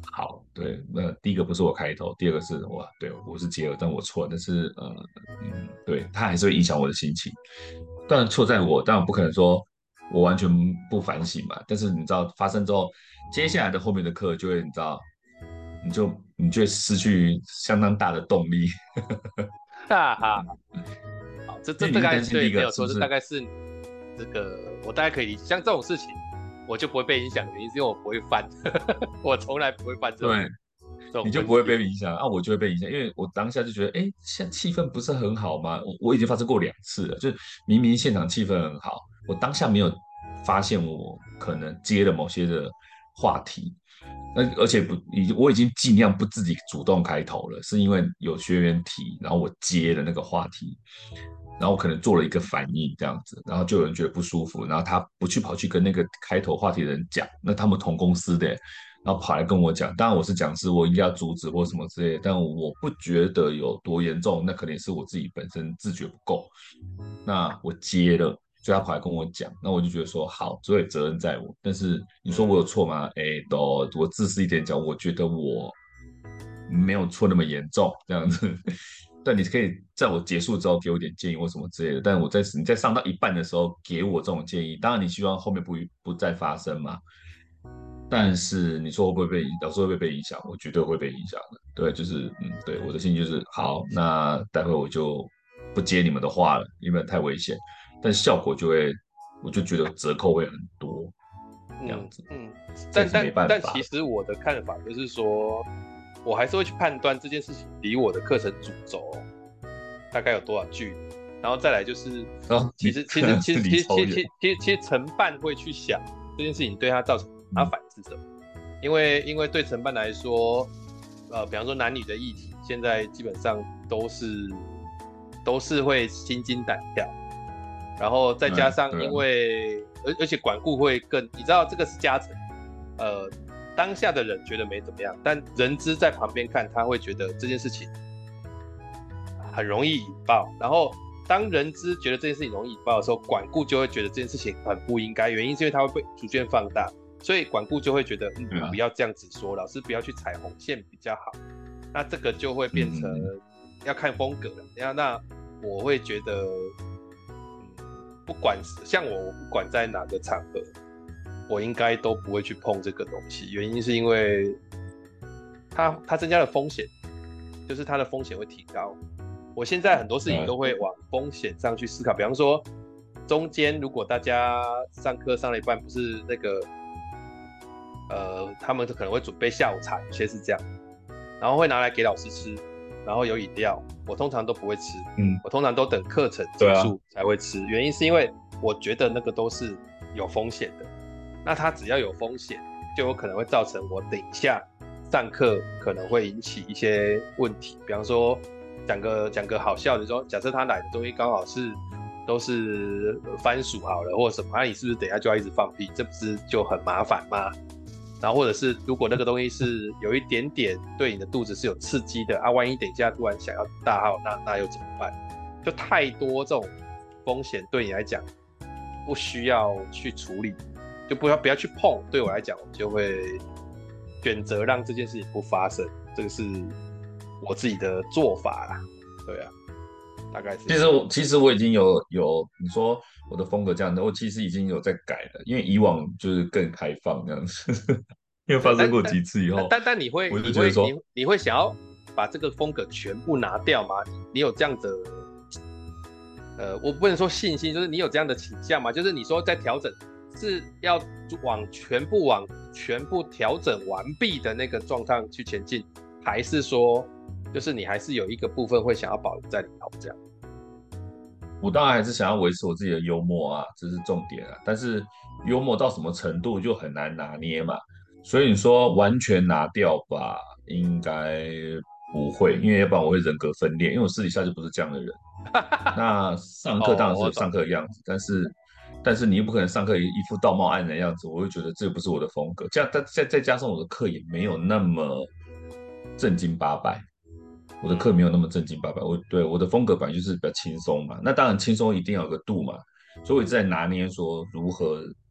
好，对，那第一个不是我开头，第二个是我，对，我是杰尔，但我错，但是呃，嗯，对，他还是会影响我的心情。当然错在我，当然不可能说我完全不反省嘛。但是你知道发生之后，接下来的后面的课就会，你知道，你就你就会失去相当大的动力， 哈哈。好，这因为你会这大概担心第一对没有错，这大个是不是？ 概是这个我大概可以理解。像这种事情，我就不会被影响的原因是因为我不会犯，我从来不会犯这种对， 这种你就不会分心。 被影响啊，我就会被影响，因为我当下就觉得，哎，现在气氛不是很好吗？我我已经发生过两次了，就是明明现场气氛很好，我当下没有发现我可能接了某些的话题，那而且不，已经我已经尽量不自己主动开头了，是因为有学员提，然后我接了那个话题，然后我可能做了一个反应这样子，然后就有人觉得不舒服，然后他不去跑去跟那个开头话题的人讲，那他们同公司的，然后跑来跟我讲，当然我是讲师，我应该要阻止或什么之类的，但我不觉得有多严重，那可能是我自己本身自觉不够，那我接了。所以他跑来跟我讲，那我就觉得说好，所以责任在我。但是你说我有嗯错吗？哎，都我自私一点讲，我觉得我没有错那么严重，这样子。但你可以在我结束之后给我点建议或什么之类的。但我在你在上到一半的时候给我这种建议，当然你希望后面不不再发生嘛。但是你说会不会被老师会不会被影响？我绝对会被影响的。对，就是嗯，对，我的心情就是好，那待会我就不接你们的话了，因为太危险。但效果就会，我就觉得折扣会很多，这样子， 嗯嗯， 这也是没但但办法的。 但其实我的看法就是说，我还是会去判断这件事情离我的课程主轴大概有多少距离，然后再来就是， 然后你其实其实其实离其实其实超远， 其实其实其实承办会去想这件事情对他造成麻嗯， 烦是什么，因为因为对承办来说，呃，比方说男女的议题，现在基本上都是都是会心惊胆跳，然后再加对上因对啊， 为而而且管顾会更，你知道这个是加成，呃，当下的人觉得没怎么样，但人资在旁边看，他会觉得这件事情很容易引爆，然后当人资觉得这件事情容易引爆的时候，管顾就会觉得这件事情很不应该，原因是因为它会被逐渐放大，所以管顾就会觉得，嗯， 对啊， 不要这样子说，老师不要去踩红线比较好。那这个就会变成嗯嗯要看风格了。那那我会觉得，嗯，不管是像我，我不管在哪个场合，我应该都不会去碰这个东西。原因是因为它它增加了风险，就是它的风险会提高。我现在很多事情嗯， 都会往风险上去思考，比方说，中间如果大家上课上了一半，不是那个，呃，他们可能会准备下午茶，有些是这样，然后会拿来给老师吃，然后有饮料，我通常都不会吃， 嗯， 我通常都等课程对啊， 结束才会吃，原因是因为我觉得那个都是有风险的，那它只要有风险，就有可能会造成我等一下上课可能会引起一些问题，比方说讲个讲个好笑的说，假设他买的东西刚好是都是番薯好了，或者什么，那、啊、你是不是等一下就要一直放屁？这不是就很麻烦吗？然后或者是如果那个东西是有一点点对你的肚子是有刺激的啊，万一等一下突然想要大号，那那又怎么办？就太多这种风险对你来讲不需要去处理，就不要不要去碰。对我来讲，我就会选择让这件事情不发生，这个是我自己的做法啦。对啊，大概是这样。 其实我其实我已经有有你说我的风格这样的，我其实已经有在改了，因为以往就是更开放这样子，因为对， 发生过但但几次以后， 但但但你会我就你会你觉得说， 你会想要把这个风格全部拿掉吗？你你有这样的呃，我不能说信心，就是你有这样的倾向吗？就是你说在调整是要往全部往全部调整完毕的那个状态去前进，还是说就是你还是有一个部分会想要保留在里头这样？ 我当然还是想要维持我自己的幽默啊，这是重点啊。但是幽默到什么程度就很难拿捏嘛。所以你说完全拿掉吧，应该不会，因为要不然我会人格分裂，因为我私底下就不是这样的人。那上课当哦， 然是有上我懂。 课的样子，但是但是你又不可能上课一副道貌岸然的样子，我会觉得这不是我的风格。这样再再再加上我的课也没有那么正经八百，我的课没有那么正经八百。我对我的风格本来就是比较轻松嘛，那当然轻松一定要有个度嘛，所以我一直在拿捏说如何。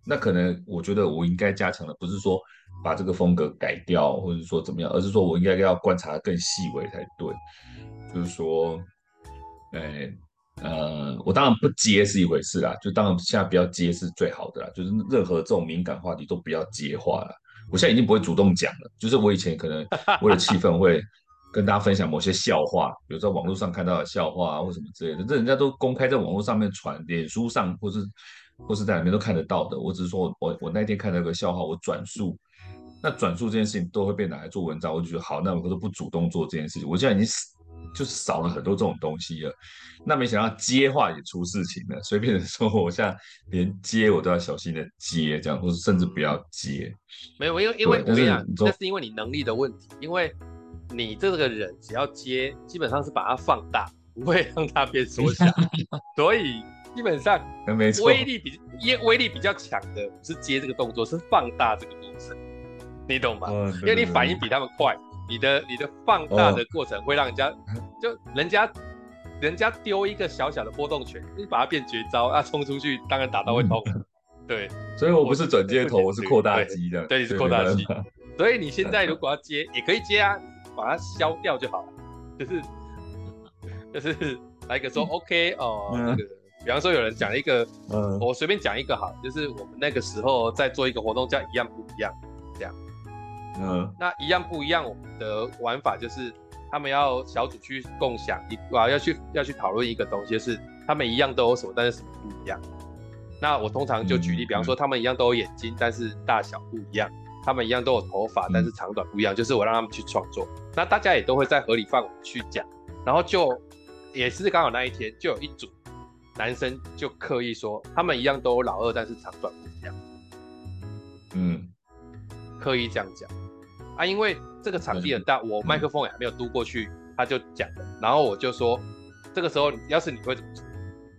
那可能我觉得我应该加强的不是说把这个风格改掉，或者说怎么样，而是说我应该要观察得更细微才对。就是说，哎，呃，我当然不接是一回事啦，就当然现在不要接是最好的啦，就是任何这种敏感话题都不要接话啦。我现在已经不会主动讲了，就是我以前可能为了气氛会跟大家分享某些笑话，比如在网络上看到的笑话啊，或什么之类的，这人家都公开在网络上面传，脸书上或是或是在哪边都看得到的。我只是说我我那天看到一个笑话，我转述，那转述这件事情都会被拿来做文章，我就觉得好，那我都不主动做这件事情，我现在已经就是少了很多这种东西了。那没想到接话也出事情了，所以变成说我现在连接我都要小心的接，这样，或是甚至不要接。 没有，因为因为对，但我跟你讲， 是你说， 那是因为你能力的问题，因为你这个人只要接，基本上是把它放大，不会让它变缩小，所以基本上没错， 威力比威威力比较强的不是接这个动作，是放大这个过程，你懂吗？ 嗯， 因为你对对对， 反应比他们快，你的你的放大哦， 的过程会让人家就人家人家丢一个小小的波动拳，你把它变绝招，啊，冲出去当然打到会痛， 嗯， 对， 所以我不我是转接头， 不减去， 我是扩大对机这样， 对，你是所以没扩大器， 办法。 所以你现在如果要接也可以接啊，把它消掉就好了，就是就是来一个说 OK 哦，那嗯个比方说有人讲了一个， 嗯我随便讲一个好，就是我们那个时候在做一个活动叫一样不一样，这样， 嗯那一样不一样，我们的玩法就是他们要小组去共享一啊，要去要去讨论一个东西，就是他们一样都有什么，但是什么不一样。那我通常就举例， 嗯比方说他们一样都有眼睛，但是大小不一样；他们一样都有头发，但是长短不一样。就是我让他们去创作，那大家也都会在合理范围去讲。然后就也是刚好那一天，就有一组男生就刻意说，他们一样都有老二，但是长短不一样， 嗯， 刻意这样讲啊。因为这个场地很大，我麦克风也还没有嘟过去，他就讲了，然后我就说，这个时候要是你会怎么做？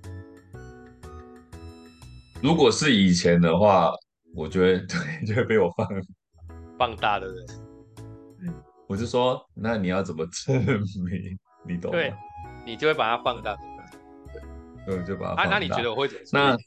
如果是以前的话，我觉得对，就会被我放。 放大的人， 我就说，那你要怎么证明？你懂吗？ 对，你就会把它放大。 对，就把它啊，那放大。 你觉得我会怎么处那理？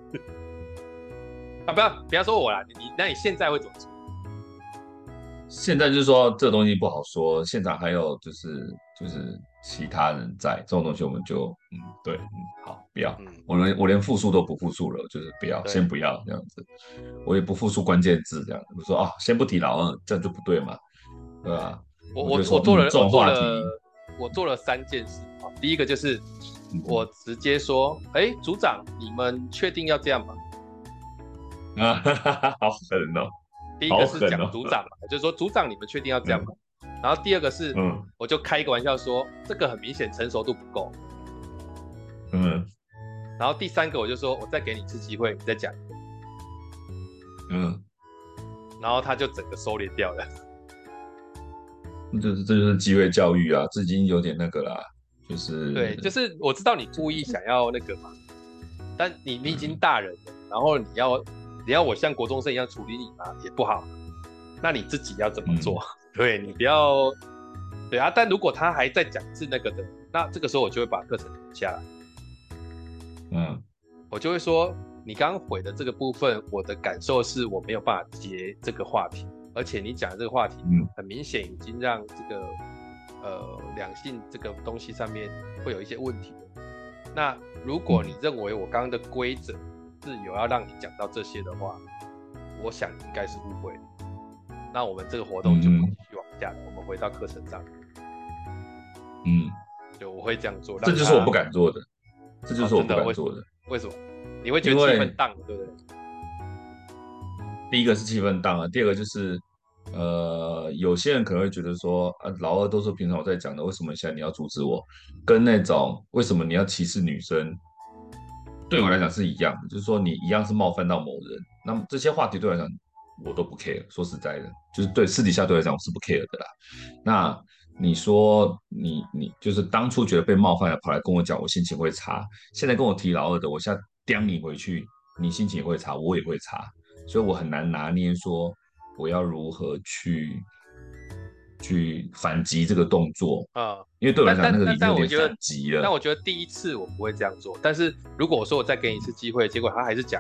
啊，不要不要说我啦，你你那你现在会怎么处理？ 现在就是说这个东西不好说，现场还有就是就是其他人在，这种东西我们就嗯对嗯好不要， 嗯， 我连我连复述都不复述了，就是不要先对， 不要这样子，我也不复述关键字这样，我说啊先不提老二，这样就不对嘛，对吧？ 我我我就说嗯这我做了我种话题， 做了我做了三件事啊。第一个就是我嗯直接说，哎，组长，你们确定要这样吗？ 啊哈哈哈好狠哦， 第一个是讲好狠哦， 组长嘛，就是说组长你们确定要这样吗？ 嗯然后第二个是， 嗯我就开一个玩笑说，这个很明显成熟度不够。 嗯然后第三个我就说，我再给你一次机会，你再讲。 嗯， 然后他就整个收敛掉了。 这就是这就是机会教育啊，这已经有点那个啦，就是对，就是我知道你故意想要那个嘛，但你你已经大人了，然后你要你要我像国中生一样处理你嘛，也不好。那你自己要怎么做？ 嗯对你不要，对啊。但如果他还在讲是那个的，那这个时候我就会把课程停下来， 嗯我就会说，你刚刚回的这个部分，我的感受是我没有办法接这个话题，而且你讲的这个话题嗯很明显已经让这个呃两性这个东西上面会有一些问题了。那如果你认为我刚刚的规则是有要让你讲到这些的话，我想应该是误会了。那我们这个活动就不继续往下了，我们回到课程上。 嗯， 就我会这样做， 这就是我不敢做的，这就是我不敢做的。 为什么？你会觉得气氛荡，对不对？ 第一个是气氛荡啊，第二个就是，呃，有些人可能会觉得说，啊，老二都是平常我在讲的，为什么现在你要阻止我？跟那种为什么你要歧视女生，对我来讲是一样的，就是说你一样是冒犯到某人。那么这些话题对我来讲，我都不 care。说实在的，就是对私底下对我来讲我是不 care 的啦。那你说你你就是当初觉得被冒犯了，跑来跟我讲，我心情会差。现在跟我提老二的，我现在刁你回去，你心情也会差，我也会差。所以我很难拿捏说我要如何去去反击这个动作， 啊、 因为对我来讲那个但但但已经有点但我觉得反击了。 但我觉得第一次我不会这样做，但是如果我说我再给你一次机会，结果他还是讲，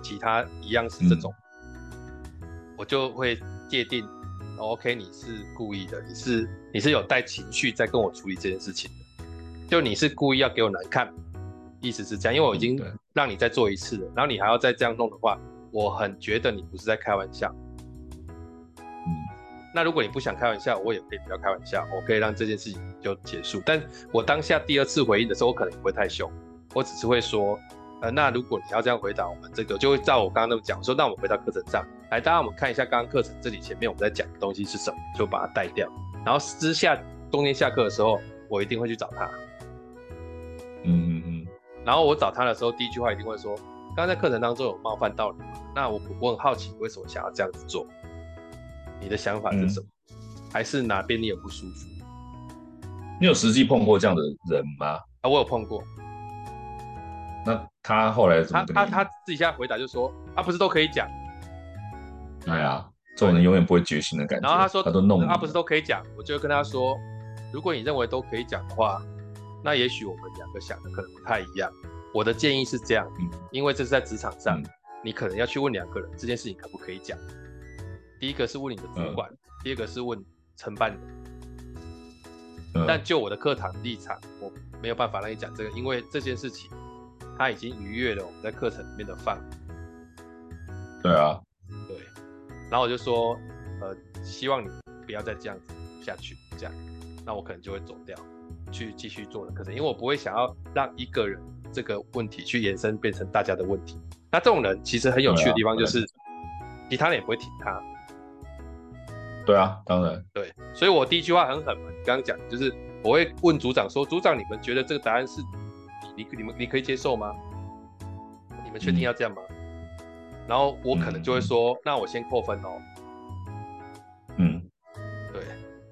其他一样是这种，嗯、我就会界定、哦、，OK， 你是故意的，你是你是有带情绪在跟我处理这件事情的，就你是故意要给我难看，意思是这样，因为我已经让你再做一次了，然后你还要再这样弄的话，我很觉得你不是在开玩笑。嗯，那如果你不想开玩笑，我也可以不要开玩笑，我可以让这件事情就结束。但我当下第二次回应的时候，我可能也不会太凶，我只是会说，呃，那如果你要这样回答我们这个，就会照我刚刚那么讲说，那我们回到课程上来，大家我们看一下刚刚课程这里前面我们在讲的东西是什么，就把它带掉。然后私下中间下课的时候，我一定会去找他。嗯嗯嗯。然后我找他的时候，第一句话一定会说，刚刚在课程当中有冒犯到你吗？那我我很好奇，为什么想要这样子做？你的想法是什么？嗯、还是哪边你有不舒服？ 你有实际碰过这样的人吗？ 啊，我有碰过。 那他后来怎么跟你？ 他他他自己下回答就说，啊，不是都可以讲。 哎呀，这种人永远不会觉醒的感觉。 然后他说， 他都弄你， 啊，不是都可以讲，我就会跟他说，如果你认为都可以讲的话，那也许我们两个想的可能不太一样。我的建议是这样，嗯、因为这是在职场上，嗯、你可能要去问两个人这件事情可不可以讲。第一个是问你的主管，嗯、第二个是问承办人。嗯、但就我的课堂立场，我没有办法让你讲这个，因为这件事情它已经逾越了我们在课程里面的范围。 对啊， 对。然后我就说，呃，希望你不要再这样子下去，这样，那我可能就会走掉，去继续做的课程，因为我不会想要让一个人这个问题去延伸变成大家的问题。那这种人其实很有趣的地方就是，其他人也不会挺他。 对啊，当然。 对，所以我第一句话很狠嘛，你刚刚讲就是我会问组长说，组长你们觉得这个答案是你你们你可以接受吗？你们确定要这样吗？嗯、然后我可能就会说，嗯、那我先扣分哦。嗯，对，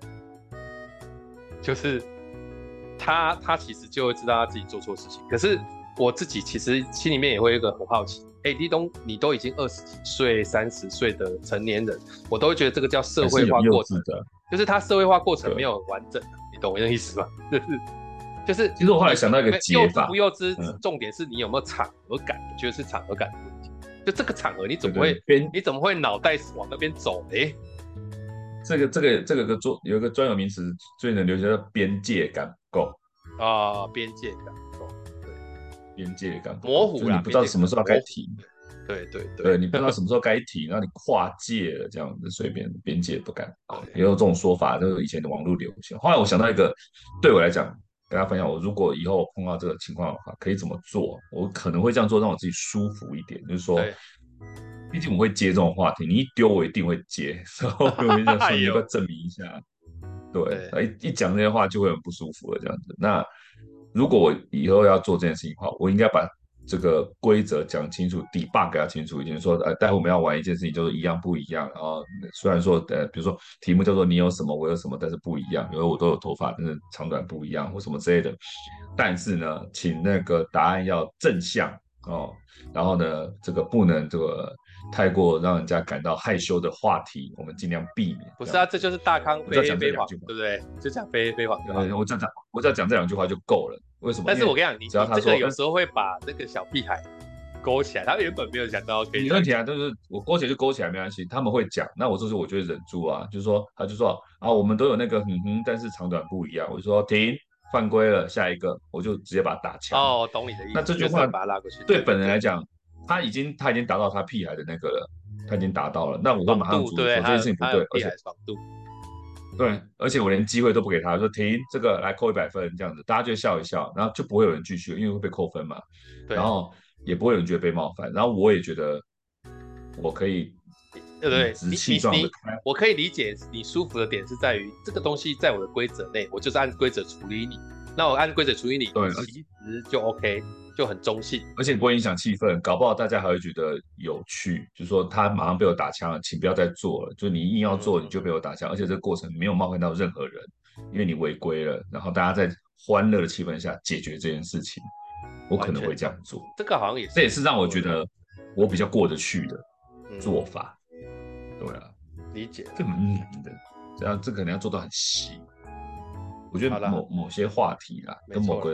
就是他他其实就会知道他自己做错事情，可是我自己其实心里面也会有一个很好奇。哎，立东，你都已经二十几岁、三十岁的成年人，我都会觉得这个叫社会化过程， 的就是他社会化过程没有很完整，你懂我的意思吗？就是就是， 其实我后来想到一个解法， 幼稚不幼稚，嗯、重点是你有没有场合感，我觉得是场合感的问题。就这个场合，你怎么会对对你怎么会脑袋往那边走？哎， 这个这个这个个专有一个专有名词，最能留下叫边界感不够啊，边界感不够。 边界感模糊啦， 你不知道什么时候该停， 对对 对, 对，你不知道什么时候该停，然后你跨界了，这样子，所以边边界不敢过，也有这种说法，就是以前的网络流行。后来我想到一个，对我来讲，跟大家分享，我如果以后碰到这个情况的话，可以怎么做？我可能会这样做，让我自己舒服一点，就是说，毕竟我会接这种话题，你一丢我一定会接，然后我跟你讲说，你要不要证明一下？对，一一讲这些话就会很不舒服了，这样子。那如果我以后要做这件事情的话，我应该把这个规则讲清楚 ，debug 要清楚一点，说，呃，待会我们要玩一件事情，就是一样不一样。然后虽然说，呃，比如说题目叫做你有什么，我有什么，但是不一样，因为我都有头发，但是长短不一样，或什么之类的。但是呢，请那个答案要正向哦，然后呢，这个不能这个太过让人家感到害羞的话题，我们尽量避免。 不是啊，这就是大康非黑非黄，对不对？就讲非黑非黄就好。 我这样讲，我只要讲这两句话就够了。为什么？ 但是我跟你讲，你你这个有时候会把那个小屁孩勾起来，他原本没有想到可以。 没问题啊，就是我勾起来就勾起来没关系，他们会讲，那我这时候我就会忍住啊，就是说，他就说啊，我们都有那个哼哼，但是长短不一样，我就说停。犯规了，下一个我就直接把他打枪。 哦，懂你的意思。 那这句话把他拉过去， 对本人来讲，他已经他已经达到他屁孩的那个了，他已经达到了。那我会马上阻止说这件事情不对，而且爽度， 对，而且我连机会都不给他，说停，这个来扣一百分这样子，大家就笑一笑，然后就不会有人继续，因为会被扣分嘛。然后也不会有人觉得被冒犯，然后我也觉得我可以。 对不对？ 理直气壮的开， 我可以理解你舒服的点是在于这个东西在我的规则内，我就是按规则处理你。那我按规则处理你，其实就 OK， 就很中性， 而且不会影响气氛，搞不好大家还会觉得有趣。就是说他马上被我打枪了，请不要再做了。就你硬要做，你就被我打枪，嗯、而且这个过程没有冒犯到任何人，因为你违规了。然后大家在欢乐的气氛下解决这件事情，我可能会这样做。 这个好像也是， 这也是让我觉得我比较过得去的做法。嗯对啊， 理解， 这蛮难的，这样这可能要做到很细。我觉得某某些话题啦，跟某个人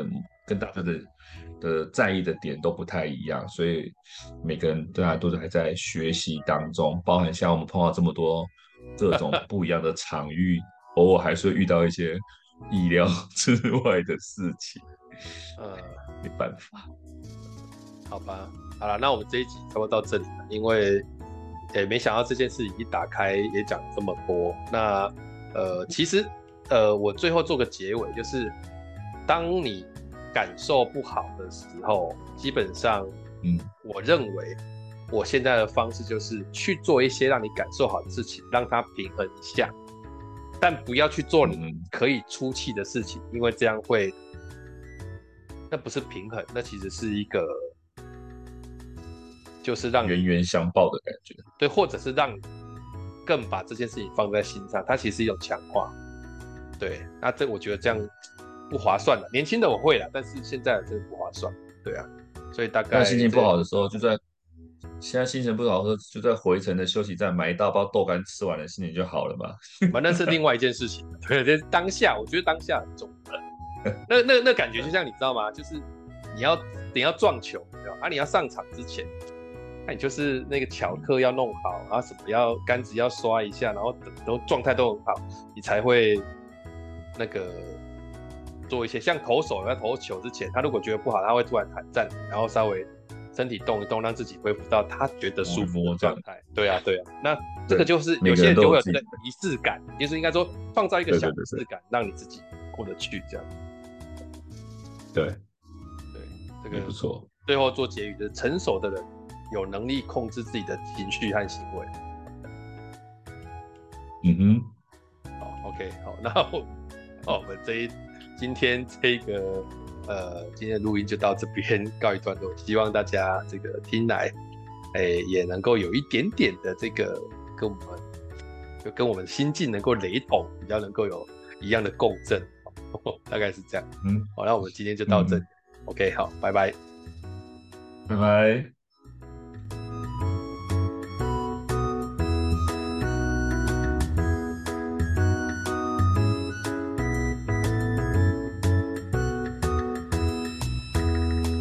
跟大家的的在意的点都不太一样，所以每个人对啊都是还在学习当中，包含像我们碰到这么多各种不一样的场域，偶尔还是会遇到一些意料之外的事情， 呃， 没办法。 好吧，好了，那我们这一集差不多到这里了，因为也没想到这件事情一打开也讲这么多。那呃，其实呃，我最后做个结尾，就是当你感受不好的时候，基本上， 嗯， 我认为我现在的方式就是去做一些让你感受好的事情，让它平衡一下，但不要去做你嗯可以出气的事情，因为这样会，那不是平衡，那其实是一个。就是让冤冤相报的感觉。 对，或者是让你更把这件事情放在心上，它其实是一种强化。对，那这我觉得这样不划算了。年轻的我会了，但是现在真的不划算。对啊，所以大概但心情不好的时候，就在现在心情不好的时候，就在回程的休息站买一大包豆干，吃完了心情就好了嘛。 反正是另外一件事情。对，这当下我觉得当下很重要。那那那感觉就像你知道吗？就是你要你要撞球，对吧？啊，你要上场之前。那你就是那个巧克要弄好，然后什么要杆子要刷一下，然后都状态都很好，你才会那个做一些像投手要投球之前，他如果觉得不好，他会突然喊暂停，然后稍微身体动一动，让自己恢复到他觉得舒服的状态。对啊，对啊，那这个就是有些人就会有这个仪式感，就是应该说创造一个小仪式感，让你自己过得去这样。 对对，这个不错。 最后做结语就是成熟的人。有能力控制自己的情绪和行为。 嗯哼， 好 ，OK， 好，那我，好，我们这一今天这个呃，今天的录音就到这边告一段落。希望大家这个听来，哎、欸，也能够有一点点的这个跟我们，就跟我们心境能够雷同，比较能够有一样的共振，大概是这样。 嗯， 好，那我们今天就到这里。嗯、OK， 好，拜拜， 拜拜。